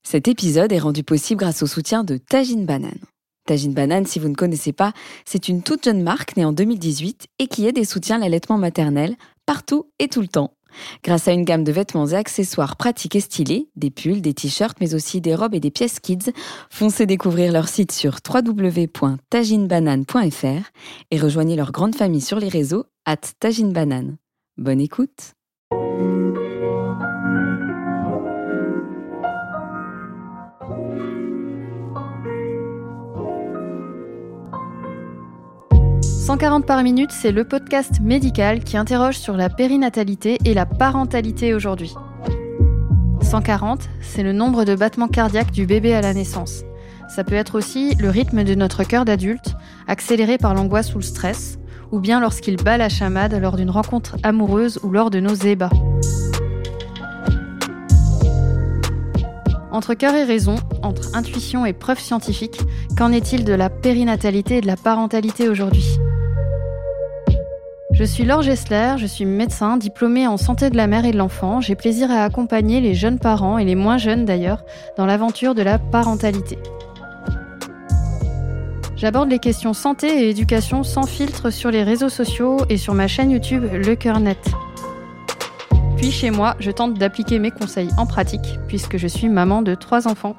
Cet épisode est rendu possible grâce au soutien de Tajine Banane. Tajine Banane, si vous ne connaissez pas, c'est une toute jeune marque née en 2018 et qui aide et soutient l'allaitement maternel partout et tout le temps. Grâce à une gamme de vêtements et accessoires pratiques et stylés, des pulls, des t-shirts, mais aussi des robes et des pièces kids, foncez découvrir leur site sur www.tajinebanane.fr et rejoignez leur grande famille sur les réseaux @tajinebanane. Bonne écoute. « 140 par minute », c'est le podcast médical qui interroge sur la périnatalité et la parentalité aujourd'hui. 140, c'est le nombre de battements cardiaques du bébé à la naissance. Ça peut être aussi le rythme de notre cœur d'adulte, accéléré par l'angoisse ou le stress, ou bien lorsqu'il bat la chamade lors d'une rencontre amoureuse ou lors de nos ébats. Entre cœur et raison, entre intuition et preuves scientifiques, qu'en est-il de la périnatalité et de la parentalité aujourd'hui ? Je suis Laure Gessler, je suis médecin, diplômée en santé de la mère et de l'enfant. J'ai plaisir à accompagner les jeunes parents, et les moins jeunes d'ailleurs, dans l'aventure de la parentalité. J'aborde les questions santé et éducation sans filtre sur les réseaux sociaux et sur ma chaîne YouTube Le Cœur Net. Puis chez moi, je tente d'appliquer mes conseils en pratique, puisque je suis maman de 3 enfants.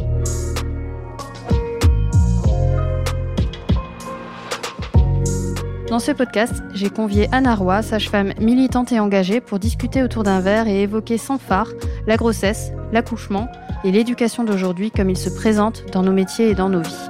Dans ce podcast, j'ai convié Anna Roy, sage-femme militante et engagée, pour discuter autour d'un verre et évoquer sans phare la grossesse, l'accouchement et l'éducation d'aujourd'hui comme ils se présentent dans nos métiers et dans nos vies.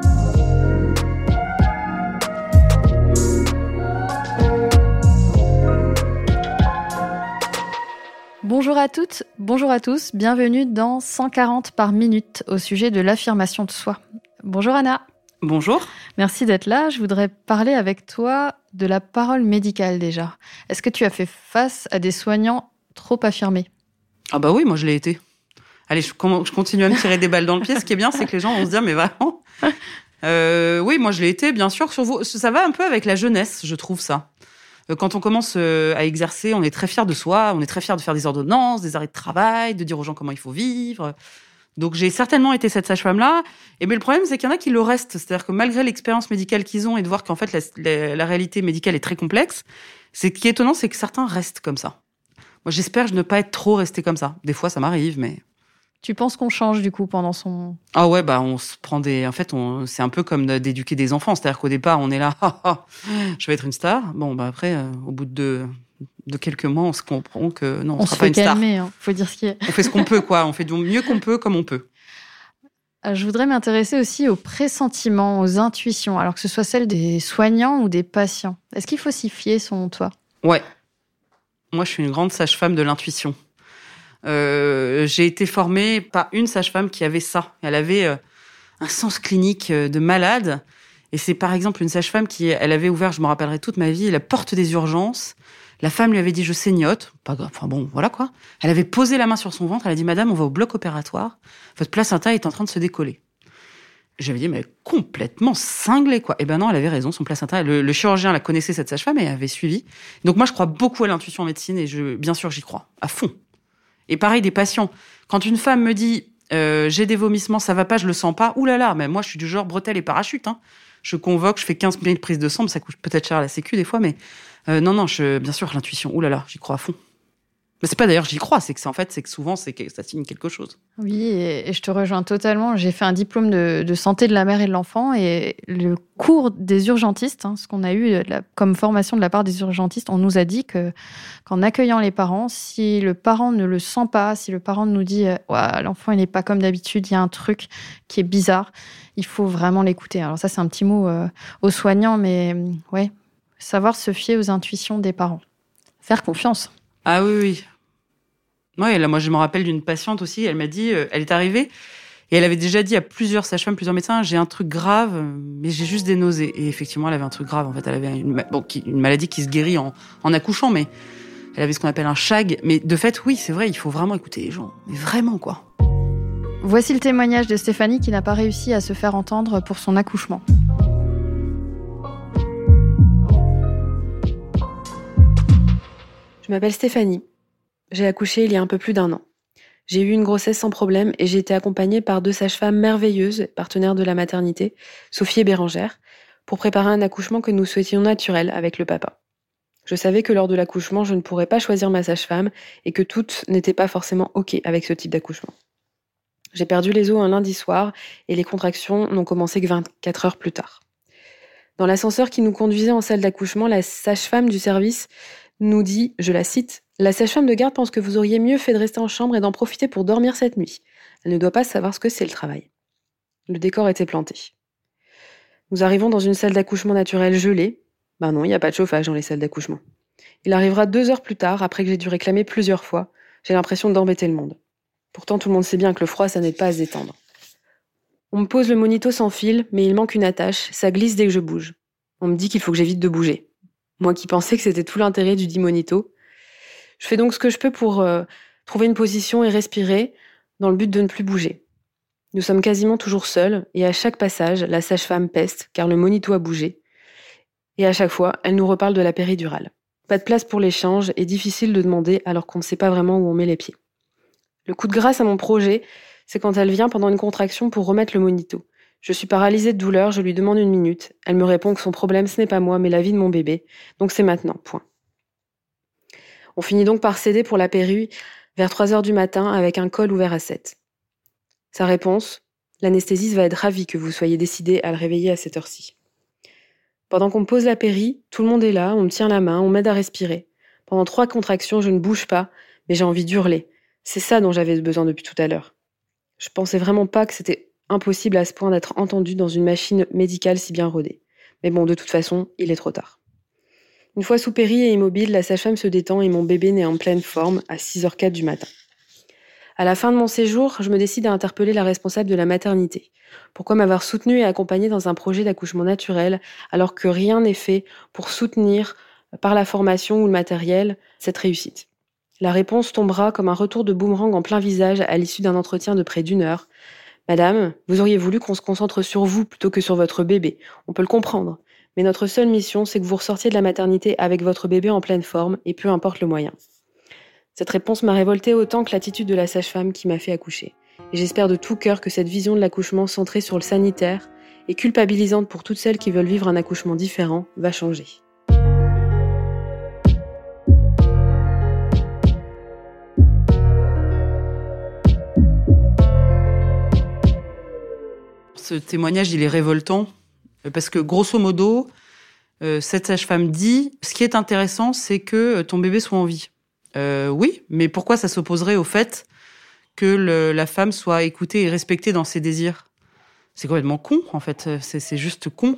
Bonjour à toutes, bonjour à tous, bienvenue dans 140 par minute au sujet de l'affirmation de soi. Bonjour Anna. Bonjour. Merci d'être là. Je voudrais parler avec toi de la parole médicale déjà. Est-ce que tu as fait face à des soignants trop affirmés ? Ah bah oui, moi je l'ai été. Allez, je continue à me tirer des balles dans le pied. Ce qui est bien, c'est que les gens vont se dire, mais vraiment oui, moi je l'ai été, bien sûr. Ça va un peu avec la jeunesse, je trouve ça. Quand on commence à exercer, on est très fiers de soi, on est très fiers de faire des ordonnances, des arrêts de travail, de dire aux gens comment il faut vivre. Donc j'ai certainement été cette sage-femme-là. Mais le problème, c'est qu'il y en a qui le restent. C'est-à-dire que malgré l'expérience médicale qu'ils ont et de voir qu'en fait la réalité médicale est très complexe, ce qui est étonnant, c'est que certains restent comme ça. Moi, j'espère ne pas être trop restée comme ça. Des fois, ça m'arrive, mais... Tu penses qu'on change du coup pendant son... Ah ouais, bah on se prend des... En fait, c'est un peu comme d'éduquer des enfants. C'est-à-dire qu'au départ, on est là, je vais être une star. Bon, bah après, au bout de quelques mois, on se comprend que non, on sera pas une star. On se fait calmer, faut dire ce qui est. On fait ce qu'on peut, quoi. On fait du mieux qu'on peut, comme on peut. Je voudrais m'intéresser aussi aux pressentiments, aux intuitions, alors que ce soit celles des soignants ou des patients. Est-ce qu'il faut s'y fier, selon toi ? Ouais. Moi, je suis une grande sage-femme de l'intuition. J'ai été formée par une sage-femme qui avait ça. Elle avait un sens clinique de malade. Et c'est par exemple une sage-femme elle avait ouvert, je me rappellerai toute ma vie, la porte des urgences. La femme lui avait dit, je saignote. Pas grave. Enfin bon, voilà quoi. Elle avait posé la main sur son ventre. Elle a dit, madame, on va au bloc opératoire. Votre placenta est en train de se décoller. J'avais dit, mais complètement cinglée, quoi. Eh ben non, elle avait raison, son placenta. Le chirurgien la connaissait, cette sage-femme, et avait suivi. Donc moi, je crois beaucoup à l'intuition en médecine, et bien sûr, j'y crois. À fond. Et pareil, des patients. Quand une femme me dit, j'ai des vomissements, ça va pas, je le sens pas. Ouh là là, mais moi, je suis du genre bretelle et parachute, hein. Je convoque, je fais 15 000 prises de sang, ça coûte peut-être cher à la sécu des fois, mais non, bien sûr, l'intuition, ouh là là, j'y crois à fond. Mais c'est pas d'ailleurs j'y crois, c'est que souvent, c'est que ça signe quelque chose. Oui, et je te rejoins totalement. J'ai fait un diplôme de santé de la mère et de l'enfant, et le cours des urgentistes, ce qu'on a eu comme formation de la part des urgentistes, on nous a dit qu'en accueillant les parents, si le parent ne le sent pas, si le parent nous dit ouais, l'enfant il n'est pas comme d'habitude, il y a un truc qui est bizarre, il faut vraiment l'écouter. Alors ça, c'est un petit mot aux soignants, mais ouais, savoir se fier aux intuitions des parents. Faire confiance. Ah oui, oui. Ouais, là, moi, je me rappelle d'une patiente aussi, elle m'a dit, elle est arrivée, et elle avait déjà dit à plusieurs sages-femmes, plusieurs médecins, j'ai un truc grave, mais j'ai juste des nausées. Et effectivement, elle avait un truc grave. En fait, elle avait une maladie qui se guérit en accouchant, mais elle avait ce qu'on appelle un chag. Mais de fait, oui, c'est vrai, il faut vraiment écouter les gens. Mais vraiment, quoi. Voici le témoignage de Stéphanie qui n'a pas réussi à se faire entendre pour son accouchement. Je m'appelle Stéphanie. J'ai accouché il y a un peu plus d'1 an. J'ai eu une grossesse sans problème et j'ai été accompagnée par 2 sages-femmes merveilleuses, partenaires de la maternité, Sophie et Bérangère, pour préparer un accouchement que nous souhaitions naturel avec le papa. Je savais que lors de l'accouchement, je ne pourrais pas choisir ma sage-femme et que toutes n'étaient pas forcément OK avec ce type d'accouchement. J'ai perdu les os un lundi soir et les contractions n'ont commencé que 24 heures plus tard. Dans l'ascenseur qui nous conduisait en salle d'accouchement, la sage-femme du service nous dit, je la cite, « La sage-femme de garde pense que vous auriez mieux fait de rester en chambre et d'en profiter pour dormir cette nuit. Elle ne doit pas savoir ce que c'est le travail. » Le décor était planté. Nous arrivons dans une salle d'accouchement naturelle gelée. Ben non, il n'y a pas de chauffage dans les salles d'accouchement. Il arrivera 2 heures plus tard, après que j'ai dû réclamer plusieurs fois. J'ai l'impression d'embêter le monde. Pourtant, tout le monde sait bien que le froid, ça n'aide pas à se détendre. On me pose le monito sans fil, mais il manque une attache, ça glisse dès que je bouge. On me dit qu'il faut que j'évite de bouger. Moi qui pensais que c'était tout l'intérêt du dit monito. Je fais donc ce que je peux pour trouver une position et respirer, dans le but de ne plus bouger. Nous sommes quasiment toujours seuls, et à chaque passage, la sage-femme peste, car le monito a bougé. Et à chaque fois, elle nous reparle de la péridurale. Pas de place pour l'échange, et difficile de demander alors qu'on ne sait pas vraiment où on met les pieds. Le coup de grâce à mon projet, c'est quand elle vient pendant une contraction pour remettre le monito. Je suis paralysée de douleur, je lui demande 1 minute. Elle me répond que son problème, ce n'est pas moi, mais la vie de mon bébé. Donc c'est maintenant, point. On finit donc par céder pour la péri vers 3 heures du matin avec un col ouvert à 7. Sa réponse, l'anesthésiste va être ravie que vous soyez décidé à le réveiller à cette heure-ci. Pendant qu'on me pose la péri, tout le monde est là, on me tient la main, on m'aide à respirer. Pendant 3 contractions, je ne bouge pas, mais j'ai envie d'hurler. C'est ça dont j'avais besoin depuis tout à l'heure. Je pensais vraiment pas que c'était impossible à ce point d'être entendu dans une machine médicale si bien rodée. Mais bon, de toute façon, il est trop tard. Une fois sous péri et immobile, la sage-femme se détend et mon bébé naît en pleine forme à 6h04 du matin. À la fin de mon séjour, je me décide à interpeller la responsable de la maternité. Pourquoi m'avoir soutenue et accompagnée dans un projet d'accouchement naturel alors que rien n'est fait pour soutenir, par la formation ou le matériel, cette réussite ? La réponse tombera comme un retour de boomerang en plein visage à l'issue d'un entretien de près d'1 heure. « Madame, vous auriez voulu qu'on se concentre sur vous plutôt que sur votre bébé. On peut le comprendre. Mais notre seule mission, c'est que vous ressortiez de la maternité avec votre bébé en pleine forme, et peu importe le moyen. » Cette réponse m'a révoltée autant que l'attitude de la sage-femme qui m'a fait accoucher. Et j'espère de tout cœur que cette vision de l'accouchement centrée sur le sanitaire et culpabilisante pour toutes celles qui veulent vivre un accouchement différent va changer. Ce témoignage, il est révoltant parce que, grosso modo, cette sage-femme dit « Ce qui est intéressant, c'est que ton bébé soit en vie. » Oui, mais pourquoi ça s'opposerait au fait que la femme soit écoutée et respectée dans ses désirs ? C'est complètement con, en fait. C'est juste con.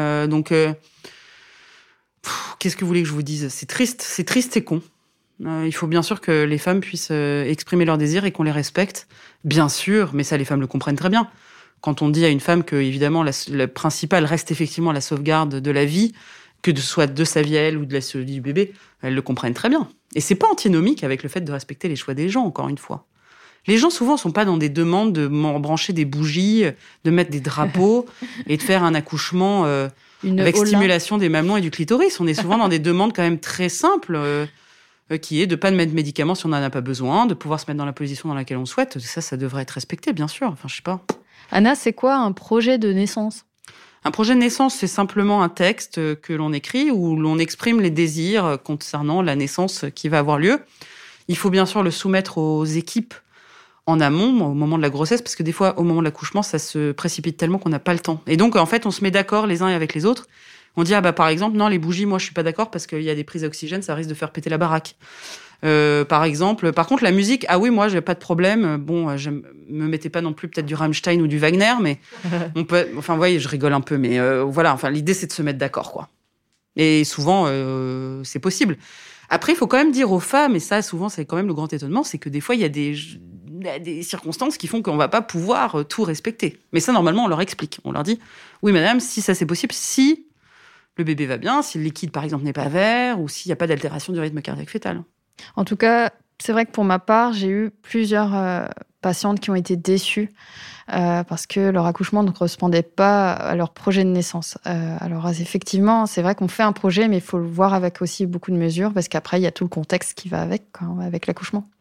Qu'est-ce que vous voulez que je vous dise ? C'est triste et con. Il faut bien sûr que les femmes puissent exprimer leurs désirs et qu'on les respecte. Bien sûr, mais ça, les femmes le comprennent très bien. Quand on dit à une femme que, évidemment, la principale reste effectivement la sauvegarde de la vie, que ce soit de sa vie à elle ou de la vie du bébé, elles le comprennent très bien. Et c'est pas antinomique avec le fait de respecter les choix des gens, encore une fois. Les gens, souvent, sont pas dans des demandes de brancher des bougies, de mettre des drapeaux et de faire un accouchement avec stimulation des mamelons et du clitoris. On est souvent dans des demandes quand même très simples, qui est de pas mettre de médicaments si on n'en a pas besoin, de pouvoir se mettre dans la position dans laquelle on souhaite. Ça devrait être respecté, bien sûr. Enfin, je sais pas. Anna, c'est quoi un projet de naissance ? Un projet de naissance, c'est simplement un texte que l'on écrit où l'on exprime les désirs concernant la naissance qui va avoir lieu. Il faut bien sûr le soumettre aux équipes en amont, au moment de la grossesse, parce que des fois, au moment de l'accouchement, ça se précipite tellement qu'on n'a pas le temps. Et donc, en fait, on se met d'accord les uns avec les autres. On dit, par exemple, non, les bougies, moi, je suis pas d'accord parce qu'il y a des prises d'oxygène, ça risque de faire péter la baraque. Par contre, la musique, ah oui, moi, j'ai pas de problème. Bon, je me mettais pas non plus peut-être du Rammstein ou du Wagner, mais on peut, enfin, vous voyez, je rigole un peu, mais voilà, enfin, l'idée, c'est de se mettre d'accord, quoi. Et souvent, c'est possible. Après, il faut quand même dire aux femmes, et ça, souvent, c'est quand même le grand étonnement, c'est que des fois, il y a des circonstances qui font qu'on va pas pouvoir tout respecter. Mais ça, normalement, on leur explique. On leur dit, oui, madame, si ça, c'est possible, si le bébé va bien, si le liquide, par exemple, n'est pas vert, ou s'il n'y a pas d'altération du rythme cardiaque fœtal. En tout cas, c'est vrai que pour ma part, j'ai eu plusieurs patientes qui ont été déçues parce que leur accouchement ne correspondait pas à leur projet de naissance. Alors effectivement, c'est vrai qu'on fait un projet, mais il faut le voir avec aussi beaucoup de mesures parce qu'après, il y a tout le contexte qui va avec l'accouchement.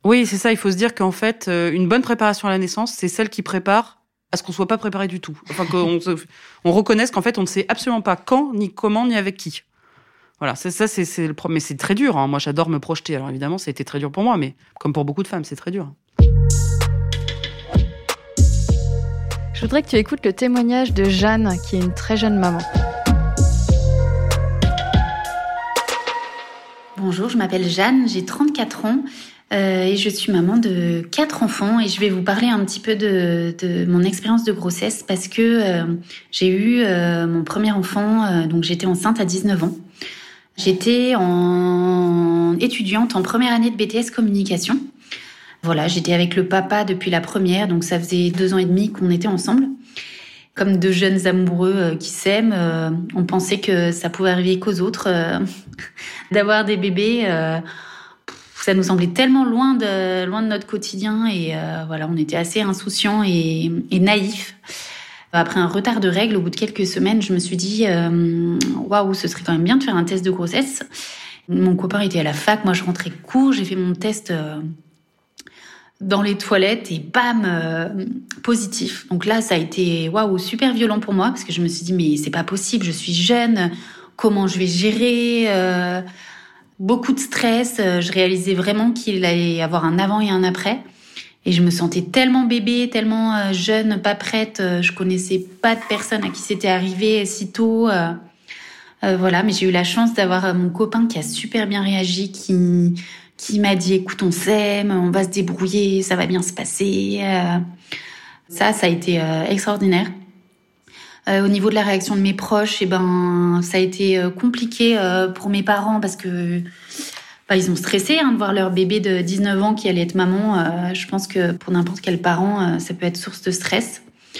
Oui, c'est ça. Il faut se dire qu'en fait, une bonne préparation à la naissance, c'est celle qui prépare à ce qu'on soit pas préparé du tout. Enfin, on reconnaisse qu'en fait, on ne sait absolument pas quand, ni comment, ni avec qui. Voilà, c'est le problème. Mais c'est très dur. Hein. Moi, j'adore me projeter. Alors évidemment, ça a été très dur pour moi, mais comme pour beaucoup de femmes, c'est très dur. Je voudrais que tu écoutes le témoignage de Jeanne, qui est une très jeune maman. Bonjour, je m'appelle Jeanne, j'ai 34 ans et je suis maman de 4 enfants et je vais vous parler un petit peu de mon expérience de grossesse parce que j'ai eu mon premier enfant, donc j'étais enceinte à 19 ans. J'étais étudiante en première année de BTS communication. Voilà, j'étais avec le papa depuis la première, donc ça faisait 2 ans et demi qu'on était ensemble. Comme deux jeunes amoureux qui s'aiment, on pensait que ça pouvait arriver qu'aux autres. D'avoir des bébés, ça nous semblait tellement loin de notre quotidien et voilà, on était assez insouciants et naïfs. Après un retard de règles, au bout de quelques semaines, je me suis dit waouh, ce serait quand même bien de faire un test de grossesse. Mon copain était à la fac, moi je rentrais court, j'ai fait mon test dans les toilettes et bam, positif. Donc là, ça a été waouh, super violent pour moi parce que je me suis dit mais c'est pas possible, je suis jeune, comment je vais gérer beaucoup de stress. Je réalisais vraiment qu'il allait y avoir un avant et un après. Et je me sentais tellement bébé, tellement jeune, pas prête. Je connaissais pas de personne à qui c'était arrivé si tôt. Voilà, mais j'ai eu la chance d'avoir mon copain qui a super bien réagi, qui m'a dit écoute, on s'aime, on va se débrouiller, ça va bien se passer. Ça a été extraordinaire. Au niveau de la réaction de mes proches, ça a été compliqué pour mes parents parce que ils ont stressé de voir leur bébé de 19 ans qui allait être maman. Je pense que pour n'importe quel parent, ça peut être source de stress.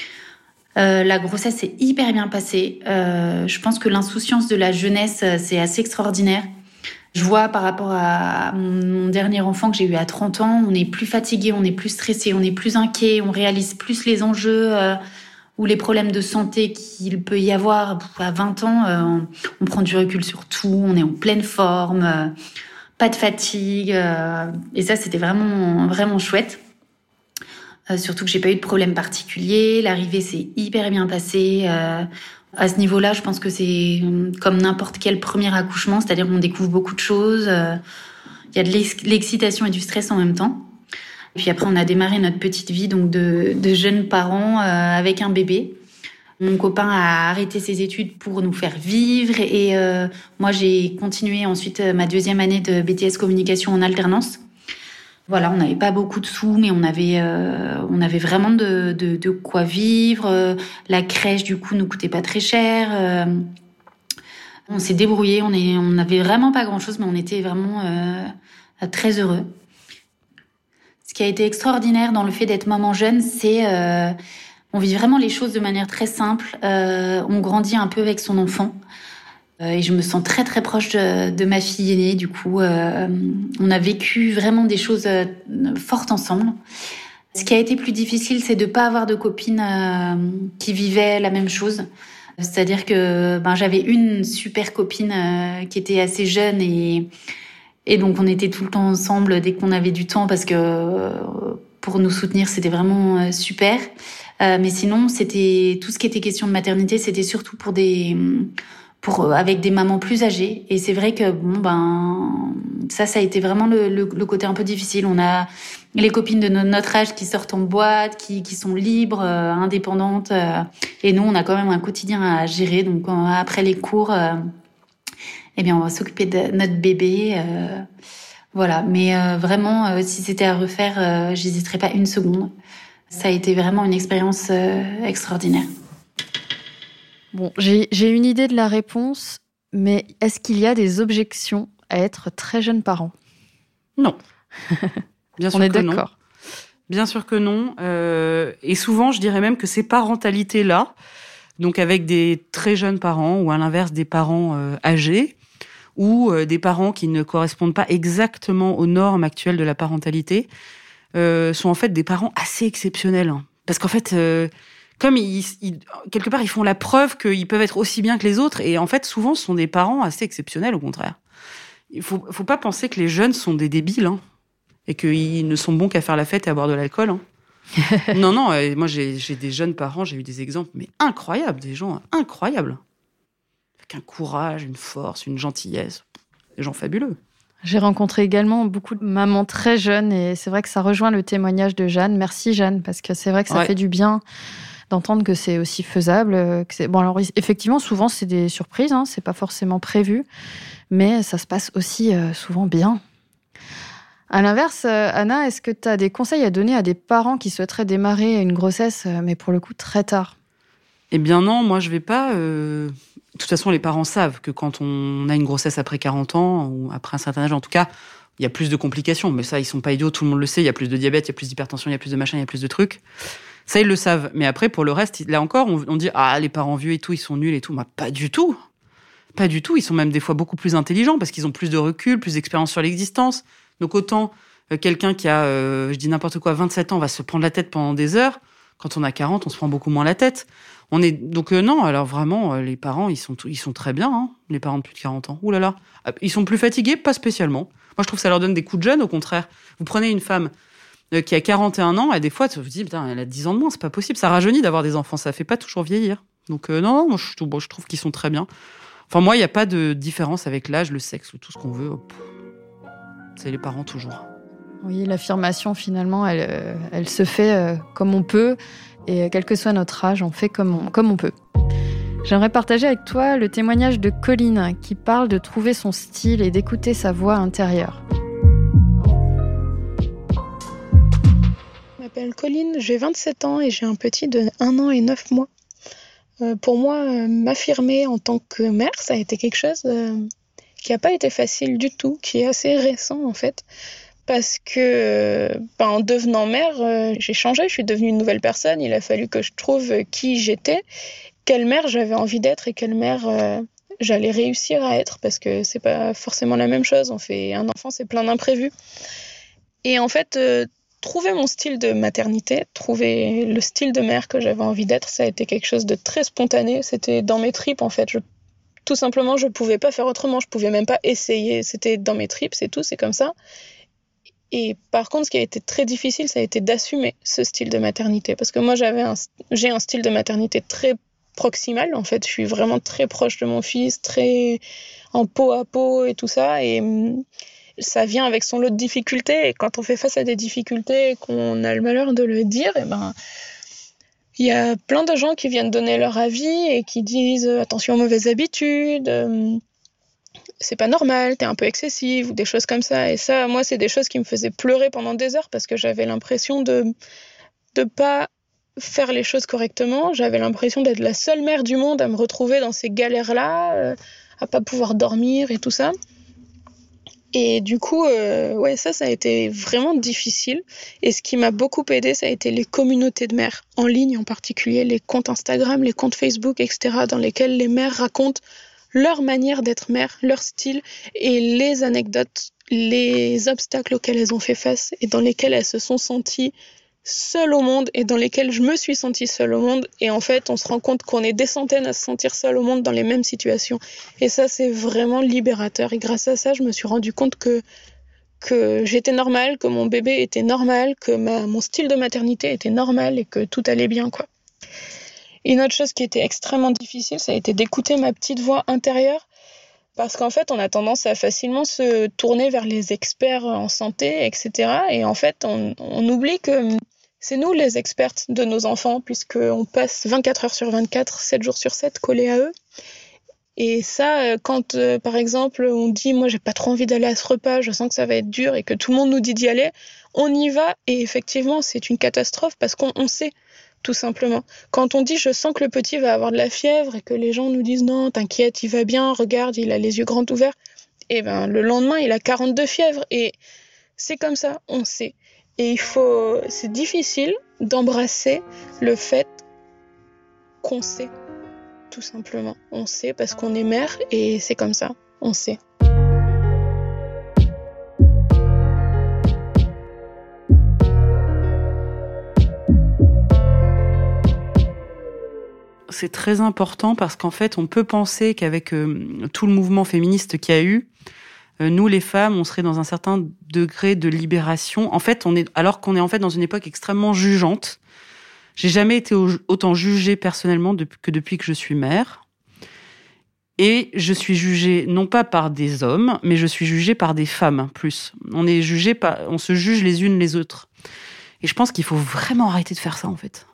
La grossesse s'est hyper bien passée. Je pense que l'insouciance de la jeunesse, c'est assez extraordinaire. Je vois par rapport à mon dernier enfant que j'ai eu à 30 ans, on est plus fatigué, on est plus stressé, on est plus inquiet, on réalise plus les enjeux ou les problèmes de santé qu'il peut y avoir. À 20 ans, on prend du recul sur tout, on est en pleine forme, pas de fatigue. Et ça, c'était vraiment, vraiment chouette. Surtout que j'ai pas eu de problème particulier. L'arrivée s'est hyper bien passée. À ce niveau-là, je pense que c'est comme n'importe quel premier accouchement, c'est-à-dire qu'on découvre beaucoup de choses. Il y a de l'excitation et du stress en même temps. Et puis après, on a démarré notre petite vie donc de jeunes parents avec un bébé. Mon copain a arrêté ses études pour nous faire vivre et moi, j'ai continué ensuite ma 2e année de BTS communication en alternance. Voilà, on n'avait pas beaucoup de sous, mais on avait vraiment de quoi vivre. La crèche, du coup, nous coûtait pas très cher. On s'est débrouillés. On n'avait vraiment pas grand-chose, mais on était vraiment très heureux. Ce qui a été extraordinaire dans le fait d'être maman jeune, c'est on vit vraiment les choses de manière très simple. On grandit un peu avec son enfant. Et je me sens très très proche de ma fille aînée. Du coup, on a vécu vraiment des choses fortes ensemble. Ce qui a été plus difficile, c'est de pas avoir de copines qui vivaient la même chose. C'est-à-dire que j'avais une super copine qui était assez jeune et donc on était tout le temps ensemble dès qu'on avait du temps parce que pour nous soutenir, c'était vraiment super. Mais sinon, c'était tout ce qui était question de maternité, c'était surtout avec des mamans plus âgées. Et c'est vrai que ça a été vraiment le côté un peu difficile. On a les copines de notre âge qui sortent en boîte, qui sont libres, indépendantes. Et nous, on a quand même un quotidien à gérer. Donc après les cours, on va s'occuper de notre bébé. Voilà. Mais vraiment, si c'était à refaire, j'hésiterais pas une seconde. Ça a été vraiment une expérience extraordinaire. Bon, j'ai une idée de la réponse, mais est-ce qu'il y a des objections à être très jeune parent ? Non. Bien sûr On est que d'accord. Non. Bien sûr que non. Et souvent, je dirais même que ces parentalités-là, donc avec des très jeunes parents ou à l'inverse des parents âgés ou des parents qui ne correspondent pas exactement aux normes actuelles de la parentalité, sont en fait des parents assez exceptionnels. Parce qu'en fait... comme quelque part, ils font la preuve qu'ils peuvent être aussi bien que les autres. Et en fait, souvent, ce sont des parents assez exceptionnels, au contraire. Il faut pas penser que les jeunes sont des débiles. et qu'ils ne sont bons qu'à faire la fête et à boire de l'alcool. Hein. Non, moi j'ai des jeunes parents, j'ai eu des exemples, mais incroyables, des gens incroyables. Avec un courage, une force, une gentillesse, des gens fabuleux. J'ai rencontré également beaucoup de mamans très jeunes et c'est vrai que ça rejoint le témoignage de Jeanne. Merci Jeanne, parce que c'est vrai que ça fait du bien d'entendre que c'est aussi faisable. Bon, alors effectivement, souvent c'est des surprises, hein, c'est pas forcément prévu, mais ça se passe aussi souvent bien. À l'inverse, Anna, est-ce que tu as des conseils à donner à des parents qui souhaiteraient démarrer une grossesse, mais pour le coup très tard ? Eh bien non, moi je vais pas... De toute façon, les parents savent que quand on a une grossesse après 40 ans, ou après un certain âge en tout cas, il y a plus de complications. Mais ça, ils sont pas idiots, tout le monde le sait. Il y a plus de diabète, il y a plus d'hypertension, il y a plus de machin, il y a plus de trucs. Ça, ils le savent. Mais après, pour le reste, là encore, on dit « Ah, les parents vieux et tout, ils sont nuls et tout. » Bah, pas du tout. Pas du tout. Ils sont même des fois beaucoup plus intelligents parce qu'ils ont plus de recul, plus d'expérience sur l'existence. Donc autant quelqu'un qui a, je dis n'importe quoi, 27 ans va se prendre la tête pendant des heures. Quand on a 40, on se prend beaucoup moins la tête. Donc non, alors vraiment, les parents, ils sont très bien, hein, les parents de plus de 40 ans. Ouh là là. Ils sont plus fatigués, pas spécialement. Moi, je trouve que ça leur donne des coups de jeune, au contraire. Vous prenez une femme qui a 41 ans, et des fois, tu te dis, putain, elle a 10 ans de moins, c'est pas possible. Ça rajeunit d'avoir des enfants, ça fait pas toujours vieillir. Donc non, moi, je trouve qu'ils sont très bien. Enfin, moi, il n'y a pas de différence avec l'âge, le sexe, tout ce qu'on veut. C'est les parents toujours. Oui, l'affirmation, finalement, elle se fait comme on peut. Et quel que soit notre âge, on fait comme on peut. J'aimerais partager avec toi le témoignage de Colline, qui parle de trouver son style et d'écouter sa voix intérieure. Je m'appelle Colline, j'ai 27 ans et j'ai un petit de 1 an et 9 mois. Pour moi, m'affirmer en tant que mère, ça a été quelque chose qui n'a pas été facile du tout, qui est assez récent en fait. Parce que en devenant mère, j'ai changé, je suis devenue une nouvelle personne. Il a fallu que je trouve qui j'étais, quelle mère j'avais envie d'être et quelle mère j'allais réussir à être, parce que c'est pas forcément la même chose. On fait un enfant, c'est plein d'imprévus. Et en fait, trouver mon style de maternité, trouver le style de mère que j'avais envie d'être, ça a été quelque chose de très spontané. C'était dans mes tripes en fait. Tout simplement, je pouvais pas faire autrement. Je pouvais même pas essayer. C'était dans mes tripes, c'est tout, c'est comme ça. Et par contre, ce qui a été très difficile, ça a été d'assumer ce style de maternité. Parce que moi, j'ai un style de maternité très proximal. En fait, je suis vraiment très proche de mon fils, très en peau à peau et tout ça. Et ça vient avec son lot de difficultés. Et quand on fait face à des difficultés et qu'on a le malheur de le dire, il y a plein de gens qui viennent donner leur avis et qui disent « attention aux mauvaises habitudes ». C'est pas normal, t'es un peu excessive, ou des choses comme ça. Et ça, moi, c'est des choses qui me faisaient pleurer pendant des heures parce que j'avais l'impression de pas faire les choses correctement. J'avais l'impression d'être la seule mère du monde à me retrouver dans ces galères-là, à pas pouvoir dormir et tout ça. Et du coup, ça a été vraiment difficile. Et ce qui m'a beaucoup aidée, ça a été les communautés de mères, en ligne en particulier, les comptes Instagram, les comptes Facebook, etc., dans lesquels les mères racontent leur manière d'être mère, leur style et les anecdotes, les obstacles auxquels elles ont fait face et dans lesquels elles se sont senties seules au monde et dans lesquels je me suis sentie seule au monde. Et en fait, on se rend compte qu'on est des centaines à se sentir seule au monde dans les mêmes situations. Et ça, c'est vraiment libérateur. Et grâce à ça, je me suis rendu compte que j'étais normale, que mon bébé était normal, que mon style de maternité était normal et que tout allait bien, quoi. Une autre chose qui était extrêmement difficile, ça a été d'écouter ma petite voix intérieure. Parce qu'en fait, on a tendance à facilement se tourner vers les experts en santé, etc. Et en fait, on oublie que c'est nous les expertes de nos enfants, puisqu'on passe 24 heures sur 24, 7 jours sur 7 collés à eux. Et ça, quand, par exemple, on dit « moi, j'ai pas trop envie d'aller à ce repas, je sens que ça va être dur » et que tout le monde nous dit d'y aller, on y va. Et effectivement, c'est une catastrophe parce qu'on sait. Tout simplement. Quand on dit « je sens que le petit va avoir de la fièvre » et que les gens nous disent « non, t'inquiète, il va bien, regarde, il a les yeux grands ouverts », et le lendemain, il a 42 fièvres. Et c'est comme ça, on sait. Et c'est difficile d'embrasser le fait qu'on sait, tout simplement. On sait parce qu'on est mère et c'est comme ça, on sait. C'est très important parce qu'en fait, on peut penser qu'avec tout le mouvement féministe qu'il y a eu, nous, les femmes, on serait dans un certain degré de libération. En fait, alors qu'on est en fait dans une époque extrêmement jugeante. J'ai jamais été autant jugée personnellement que depuis que je suis mère. Et je suis jugée non pas par des hommes, mais je suis jugée par des femmes plus. On se juge les unes les autres. Et je pense qu'il faut vraiment arrêter de faire ça en fait.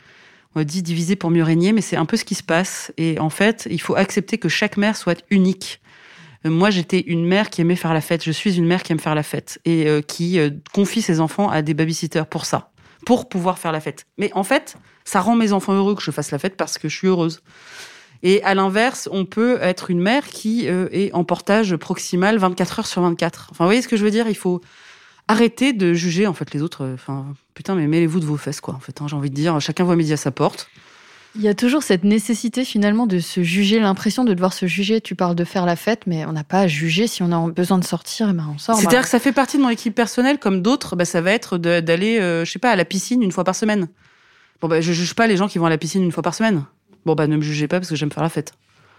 On dit diviser pour mieux régner, mais c'est un peu ce qui se passe. Et en fait, il faut accepter que chaque mère soit unique. Moi, j'étais une mère qui aimait faire la fête. Je suis une mère qui aime faire la fête et qui confie ses enfants à des babysitters pour ça, pour pouvoir faire la fête. Mais en fait, ça rend mes enfants heureux que je fasse la fête parce que je suis heureuse. Et à l'inverse, on peut être une mère qui est en portage proximal 24 heures sur 24. Enfin, vous voyez ce que je veux dire ? Il faut arrêter de juger en fait les autres. Putain, mais mêlez-vous de vos fesses, quoi. En fait, j'ai envie de dire, chacun voit midi à sa porte. Il y a toujours cette nécessité finalement de se juger, l'impression de devoir se juger. Tu parles de faire la fête, mais on n'a pas à juger. Si on a besoin de sortir, on sort. C'est-à-dire que ça fait partie de mon équipe personnelle, comme d'autres, ça va être d'aller, je sais pas, à la piscine une fois par semaine. Je juge pas les gens qui vont à la piscine une fois par semaine. Ne me jugez pas parce que j'aime faire la fête.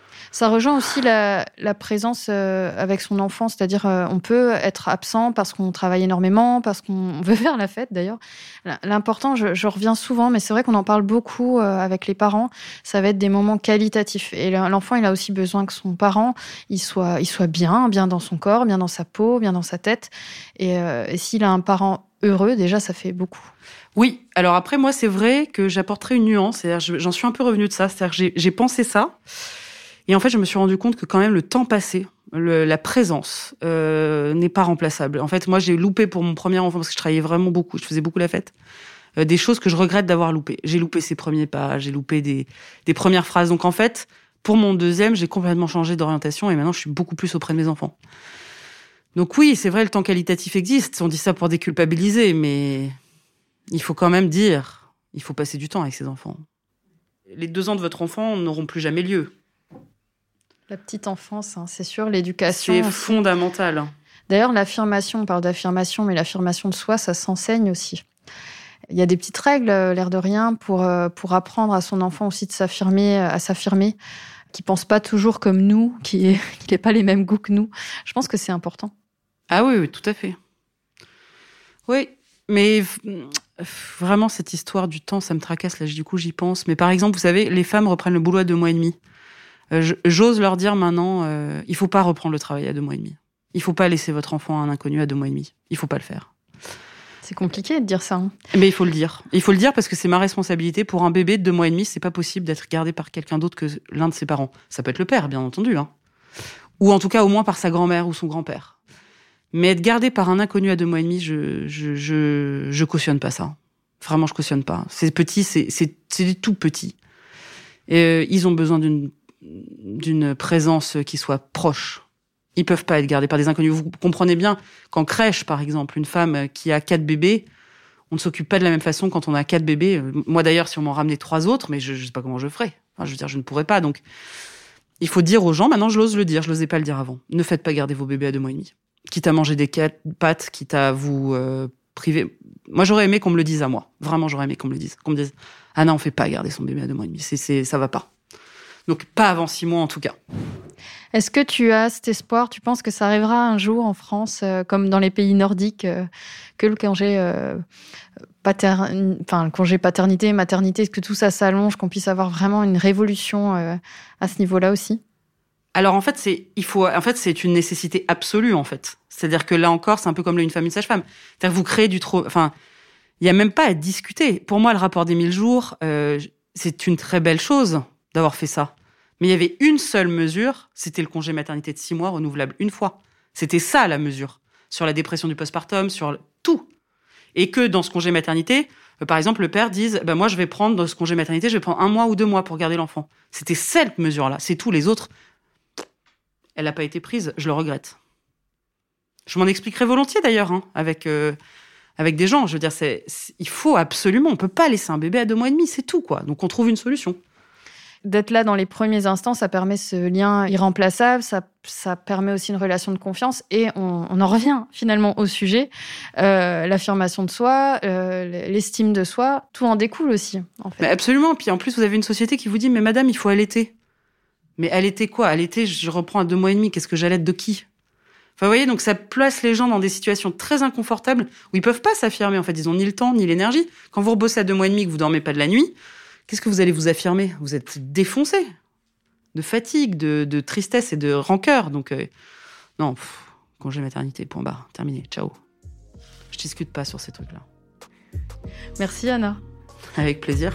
Ça rejoint aussi la présence avec son enfant, c'est-à-dire on peut être absent parce qu'on travaille énormément, parce qu'on veut faire la fête d'ailleurs. L'important, je reviens souvent, mais c'est vrai qu'on en parle beaucoup avec les parents, ça va être des moments qualitatifs. Et l'enfant, il a aussi besoin que son parent, il soit bien dans son corps, bien dans sa peau, bien dans sa tête. Et s'il a un parent heureux, déjà, ça fait beaucoup. Oui, alors après, moi, c'est vrai que j'apporterais une nuance. C'est-à-dire, j'en suis un peu revenue de ça. C'est-à-dire que j'ai pensé ça. Et en fait, je me suis rendu compte que quand même, le temps passé, la présence n'est pas remplaçable. En fait, moi, j'ai loupé pour mon premier enfant, parce que je travaillais vraiment beaucoup, je faisais beaucoup la fête, des choses que je regrette d'avoir loupées. J'ai loupé ses premiers pas, j'ai loupé des premières phrases. Donc en fait, pour mon deuxième, j'ai complètement changé d'orientation et maintenant, je suis beaucoup plus auprès de mes enfants. Donc oui, c'est vrai, le temps qualitatif existe. On dit ça pour déculpabiliser, mais il faut quand même dire, il faut passer du temps avec ses enfants. Les 2 ans de votre enfant n'auront plus jamais lieu. La petite enfance, c'est sûr, l'éducation. C'est fondamental. D'ailleurs, l'affirmation, on parle d'affirmation, mais l'affirmation de soi, ça s'enseigne aussi. Il y a des petites règles, l'air de rien, pour apprendre à son enfant aussi à s'affirmer, qui pense pas toujours comme nous, qui n'ait pas les mêmes goûts que nous. Je pense que c'est important. Ah oui, tout à fait. Oui, mais vraiment, cette histoire du temps, ça me tracasse, là, du coup, j'y pense. Mais par exemple, vous savez, les femmes reprennent le boulot à 2 mois et demi. J'ose leur dire maintenant, il faut pas reprendre le travail à 2 mois et demi. Il faut pas laisser votre enfant à un inconnu à 2 mois et demi. Il faut pas le faire. C'est compliqué de dire ça. Mais il faut le dire. Il faut le dire parce que c'est ma responsabilité. Pour un bébé de 2 mois et demi, c'est pas possible d'être gardé par quelqu'un d'autre que l'un de ses parents. Ça peut être le père, bien entendu, ou en tout cas au moins par sa grand-mère ou son grand-père. Mais être gardé par un inconnu à 2 mois et demi, je cautionne pas ça. Vraiment, je cautionne pas. C'est petit, c'est des tout petits. Et ils ont besoin d'une présence qui soit proche. Ils peuvent pas être gardés par des inconnus. Vous comprenez bien qu'en crèche, par exemple, une femme qui a 4 bébés, on ne s'occupe pas de la même façon quand on a 4 bébés. Moi, d'ailleurs, si on m'en ramenait 3 autres, mais je sais pas comment je ferais. Enfin, je veux dire, je ne pourrais pas. Donc, il faut dire aux gens, maintenant, je l'ose le dire, je n'osais pas le dire avant. Ne faites pas garder vos bébés à 2 mois et demi. Quitte à manger des pâtes, quitte à vous priver. Moi, j'aurais aimé qu'on me le dise à moi. Vraiment, j'aurais aimé qu'on me le dise. Qu'on me dise, ah non, on fait pas garder son bébé à 2 mois et demi. Ça va pas. Donc, pas avant 6 mois, en tout cas. Est-ce que tu as cet espoir, tu penses que ça arrivera un jour en France, comme dans les pays nordiques, que le congé, le congé paternité, maternité, est-ce que tout ça s'allonge, qu'on puisse avoir vraiment une révolution à ce niveau-là aussi ? Alors en fait, c'est une nécessité absolue en fait. C'est-à-dire que là encore, c'est un peu comme une femme, une sage-femme. C'est-à-dire que vous créez du trop. Enfin, il y a même pas à discuter. Pour moi, le rapport des 1000 jours, c'est une très belle chose d'avoir fait ça. Mais il y avait une seule mesure, c'était le congé maternité de 6 mois renouvelable une fois. C'était ça la mesure sur la dépression du postpartum, sur tout. Et que dans ce congé maternité, par exemple, le père dise, moi je vais prendre ce congé maternité, je vais prendre 1 mois ou 2 mois pour garder l'enfant. C'était cette mesure-là. C'est tout. Les autres, elle n'a pas été prise. Je le regrette. Je m'en expliquerai volontiers d'ailleurs, avec des gens. Je veux dire, il faut absolument, on peut pas laisser un bébé à 2 mois et demi, c'est tout, quoi. Donc on trouve une solution. D'être là dans les premiers instants, ça permet ce lien irremplaçable, ça permet aussi une relation de confiance et on en revient finalement au sujet. L'affirmation de soi, l'estime de soi, tout en découle aussi. En fait. Mais absolument. Puis en plus, vous avez une société qui vous dit « Mais madame, il faut allaiter ». Mais allaiter quoi ? Allaiter, je reprends à 2 mois et demi, qu'est-ce que j'allaite de qui ? Enfin, vous voyez, donc ça place les gens dans des situations très inconfortables où ils peuvent pas s'affirmer. En fait, ils ont ni le temps, ni l'énergie. Quand vous rebossez à 2 mois et demi, que vous dormez pas de la nuit, qu'est-ce que vous allez vous affirmer ? Vous êtes défoncé de fatigue, de tristesse et de rancœur. Donc, non, congé maternité, point barre, terminé, ciao. Je discute pas sur ces trucs-là. Merci Anna. Avec plaisir.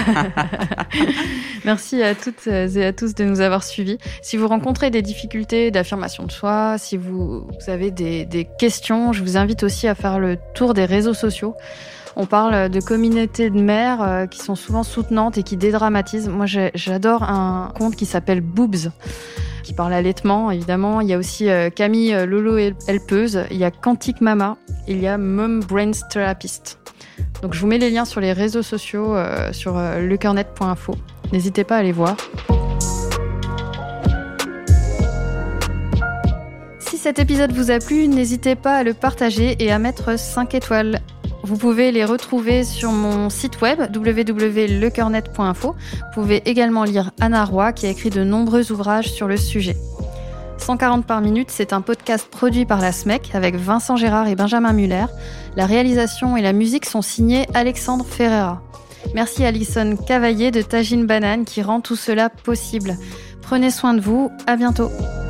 Merci à toutes et à tous de nous avoir suivis. Si vous rencontrez des difficultés d'affirmation de soi, si vous avez des questions, je vous invite aussi à faire le tour des réseaux sociaux. On parle de communautés de mères qui sont souvent soutenantes et qui dédramatisent. Moi, j'adore un compte qui s'appelle Boobs, qui parle allaitement, évidemment. Il y a aussi Camille Lolo Helpeuse, il y a Quantic Mama, il y a Mom Brains Therapist. Donc je vous mets les liens sur les réseaux sociaux, sur lecoeurnet.info. N'hésitez pas à les voir. Si cet épisode vous a plu, n'hésitez pas à le partager et à mettre 5 étoiles. Vous pouvez les retrouver sur mon site web www.lecoeurnet.info. Vous pouvez également lire Anna Roy qui a écrit de nombreux ouvrages sur le sujet. 140 par minute, c'est un podcast produit par la SMEC avec Vincent Gérard et Benjamin Muller. La réalisation et la musique sont signées Alexandre Ferreira. Merci à Alison Cavaillé de Tagine Banane qui rend tout cela possible. Prenez soin de vous, à bientôt.